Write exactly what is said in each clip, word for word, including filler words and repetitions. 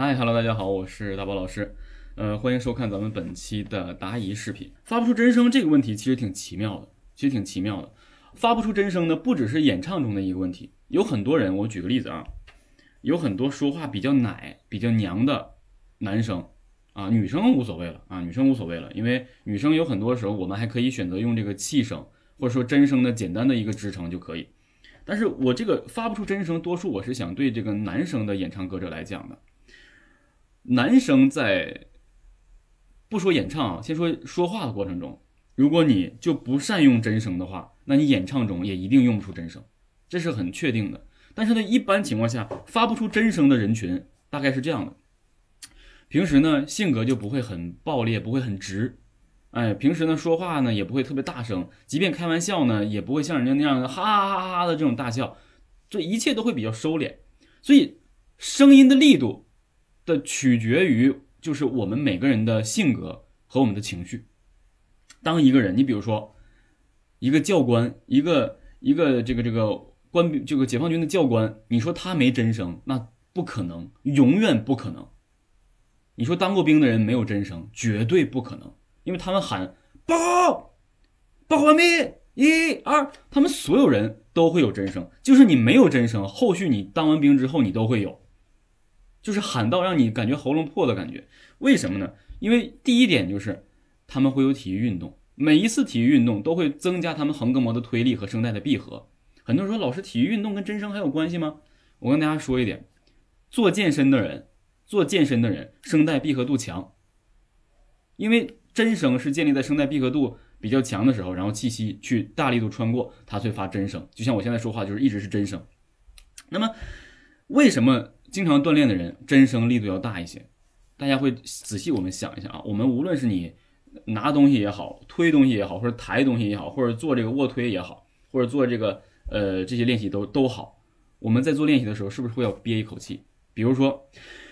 嗨，Hello，大家好，我是大宝老师，呃，欢迎收看咱们本期的答疑视频。发不出真声这个问题其实挺奇妙的，其实挺奇妙的。发不出真声呢，不只是演唱中的一个问题，有很多人，我举个例子啊，有很多说话比较奶、比较娘的男生啊，女生无所谓了啊，女生无所谓了，因为女生有很多时候我们还可以选择用这个气声或者说真声的简单的一个支撑就可以。但是我这个发不出真声，多数我是想对这个男生的演唱歌者来讲的。男生在不说演唱，先说说话的过程中，如果你就不善用真声的话，那你演唱中也一定用不出真声，这是很确定的。但是呢，一般情况下发不出真声的人群大概是这样的：平时呢性格就不会很暴烈，不会很直，哎，平时呢说话呢也不会特别大声，即便开玩笑呢也不会像人家那样的哈哈哈哈的这种大笑，这一切都会比较收敛。所以声音的力度的取决于就是我们每个人的性格和我们的情绪。当一个人，你比如说一个教官，一个一个这个这个官这个解放军的教官，你说他没真声，那不可能，永远不可能。你说当过兵的人没有真声，绝对不可能，因为他们喊报告，报告完毕，一二，他们所有人都会有真声，就是你没有真声，后续你当完兵之后你都会有。就是喊到让你感觉喉咙破的感觉。为什么呢？因为第一点就是他们会有体育运动，每一次体育运动都会增加他们横膈膜的推力和声带的闭合。很多人说老师，体育运动跟真声还有关系吗？我跟大家说一点，做健身的人做健身的人声带闭合度强，因为真声是建立在声带闭合度比较强的时候，然后气息去大力度穿过，它会发真声。就像我现在说话就是一直是真声。那么为什么经常锻炼的人真声力度要大一些？大家会仔细我们想一下啊，我们无论是你拿东西也好，推东西也好，或者抬东西也好，或者做这个卧推也好，或者做这个呃这些练习都都好，我们在做练习的时候是不是会要憋一口气？比如说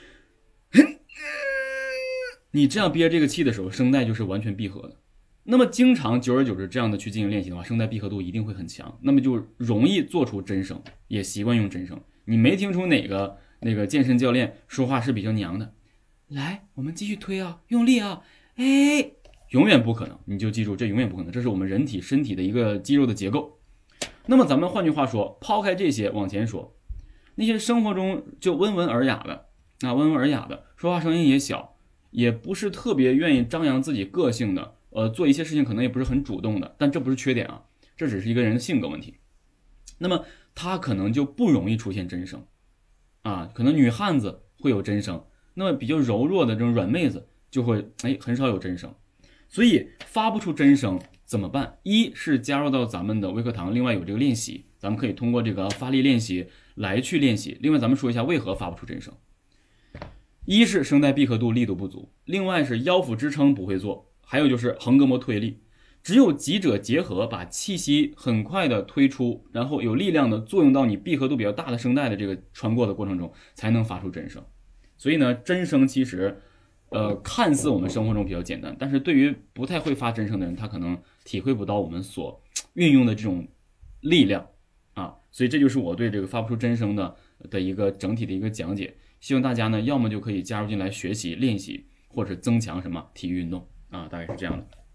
你这样憋这个气的时候，声带就是完全闭合的。那么经常久而久之这样的去进行练习的话，声带闭合度一定会很强，那么就容易做出真声，也习惯用真声。你没听出哪个那个健身教练说话是比较娘的？来，我们继续推啊，用力啊，哎，永远不可能，你就记住，这永远不可能，这是我们人体身体的一个肌肉的结构。那么咱们换句话说，抛开这些往前说，那些生活中就温文尔雅的啊，温文尔雅的，说话声音也小，也不是特别愿意张扬自己个性的，呃，做一些事情可能也不是很主动的，但这不是缺点啊，这只是一个人的性格问题。那么他可能就不容易出现真声啊，可能女汉子会有真声，那么比较柔弱的这种软妹子就会哎很少有真声。所以发不出真声怎么办？一是加入到咱们的微课堂，另外有这个练习，咱们可以通过这个发力练习来去练习。另外咱们说一下为何发不出真声。一是声带闭合度力度不足，另外是腰腹支撑不会做，还有就是横膈膜推力。只有几者结合，把气息很快的推出，然后有力量的作用到你闭合度比较大的声带的这个穿过的过程中，才能发出真声。所以呢，真声其实呃，看似我们生活中比较简单，但是对于不太会发真声的人，他可能体会不到我们所运用的这种力量啊。所以这就是我对这个发不出真声的的一个整体的一个讲解。希望大家呢，要么就可以加入进来学习练习，或者增强什么体育运动啊，大概是这样的。